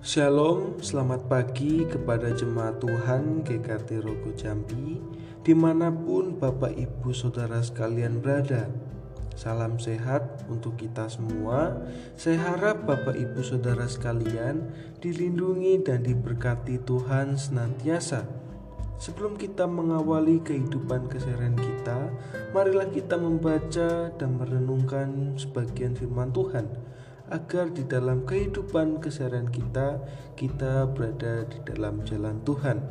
Shalom, selamat pagi kepada jemaat Tuhan GKT Rogo Jambi, dimanapun Bapak Ibu Saudara sekalian berada. Salam sehat untuk kita semua. Saya harap Bapak Ibu Saudara sekalian dilindungi dan diberkati Tuhan senantiasa. Sebelum kita mengawali kehidupan keseharian kita, marilah kita membaca dan merenungkan sebagian firman Tuhan, agar di dalam kehidupan keseharian kita berada di dalam jalan Tuhan.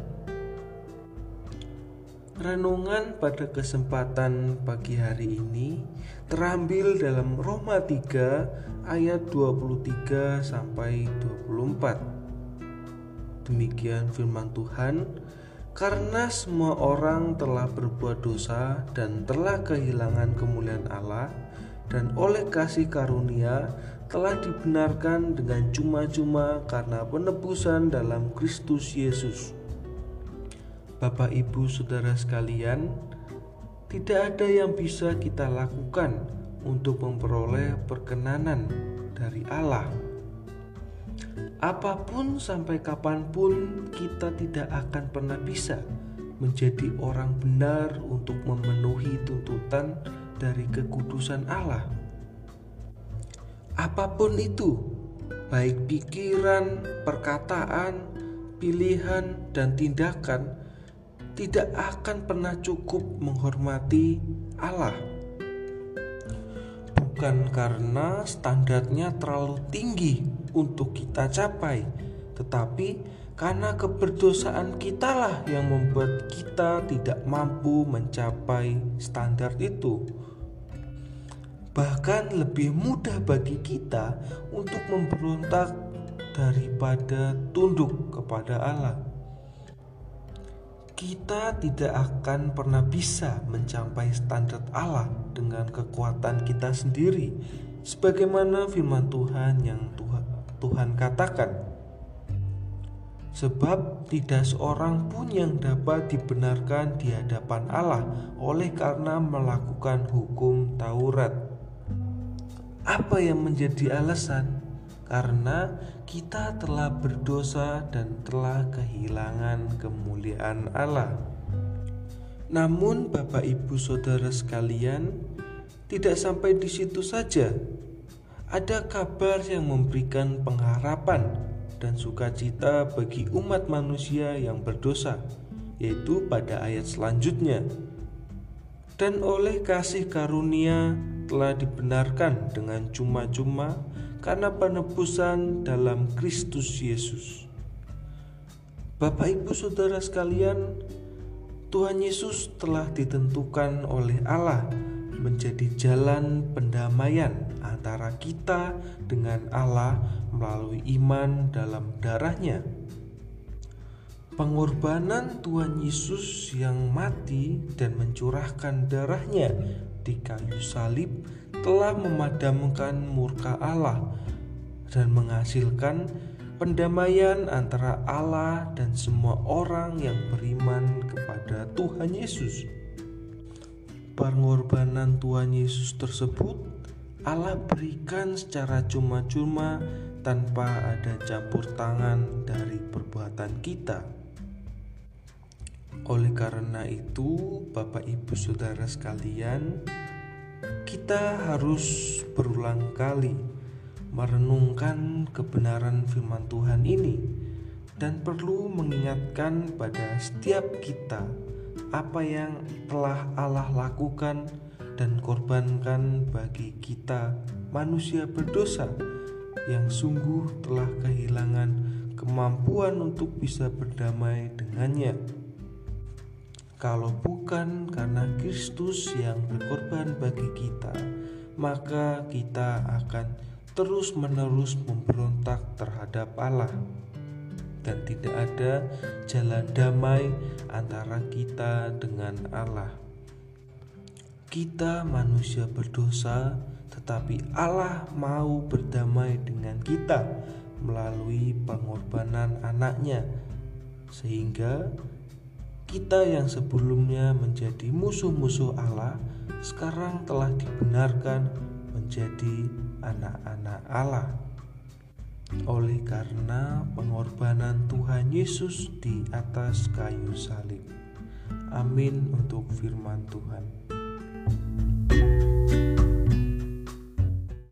Renungan pada kesempatan pagi hari ini terambil dalam Roma 3 ayat 23 sampai 24. Demikian firman Tuhan, karena semua orang telah berbuat dosa dan telah kehilangan kemuliaan Allah, dan oleh kasih karunia telah dibenarkan dengan cuma-cuma karena penebusan dalam Kristus Yesus. Bapak Ibu Saudara sekalian, tidak ada yang bisa kita lakukan untuk memperoleh perkenanan dari Allah. Apapun sampai kapanpun kita tidak akan pernah bisa menjadi orang benar untuk memenuhi tuntutan dari kekudusan Allah. Apapun itu, baik pikiran, perkataan, pilihan, dan tindakan, tidak akan pernah cukup menghormati Allah. Bukan karena standarnya terlalu tinggi untuk kita capai, tetapi karena keberdosaan kitalah yang membuat kita tidak mampu mencapai standar itu. Bahkan lebih mudah bagi kita untuk memberontak daripada tunduk kepada Allah. Kita tidak akan pernah bisa mencapai standar Allah dengan kekuatan kita sendiri, sebagaimana firman Tuhan yang Tuhan katakan. Sebab tidak seorang pun yang dapat dibenarkan di hadapan Allah oleh karena melakukan hukum Taurat. Apa yang menjadi alasan? Karena kita telah berdosa dan telah kehilangan kemuliaan Allah. Namun Bapak Ibu Saudara sekalian, tidak sampai di situ saja. Ada kabar yang memberikan pengharapan dan sukacita bagi umat manusia yang berdosa, yaitu pada ayat selanjutnya. Dan oleh kasih karunia telah dibenarkan dengan cuma-cuma karena penebusan dalam Kristus Yesus. Bapak Ibu Saudara sekalian, Tuhan Yesus telah ditentukan oleh Allah menjadi jalan pendamaian antara kita dengan Allah melalui iman dalam darah-Nya. Pengorbanan Tuhan Yesus yang mati dan mencurahkan darah-Nya di kayu salib telah memadamkan murka Allah dan menghasilkan pendamaian antara Allah dan semua orang yang beriman kepada Tuhan Yesus. Pengorbanan Tuhan Yesus tersebut Allah berikan secara cuma-cuma tanpa ada campur tangan dari perbuatan kita. Oleh karena itu, Bapak Ibu Saudara sekalian, kita harus berulang kali merenungkan kebenaran firman Tuhan ini dan perlu mengingatkan pada setiap kita apa yang telah Allah lakukan dan korbankan bagi kita manusia berdosa yang sungguh telah kehilangan kemampuan untuk bisa berdamai dengannya. Kalau bukan karena Kristus yang berkorban bagi kita, maka kita akan terus-menerus memberontak terhadap Allah, dan tidak ada jalan damai antara kita dengan Allah. Kita manusia berdosa, tetapi Allah mau berdamai dengan kita melalui pengorbanan anaknya, sehingga kita yang sebelumnya menjadi musuh-musuh Allah sekarang telah dibenarkan menjadi anak-anak Allah. oleh karena pengorbanan Tuhan Yesus di atas kayu salib. Amin untuk firman Tuhan.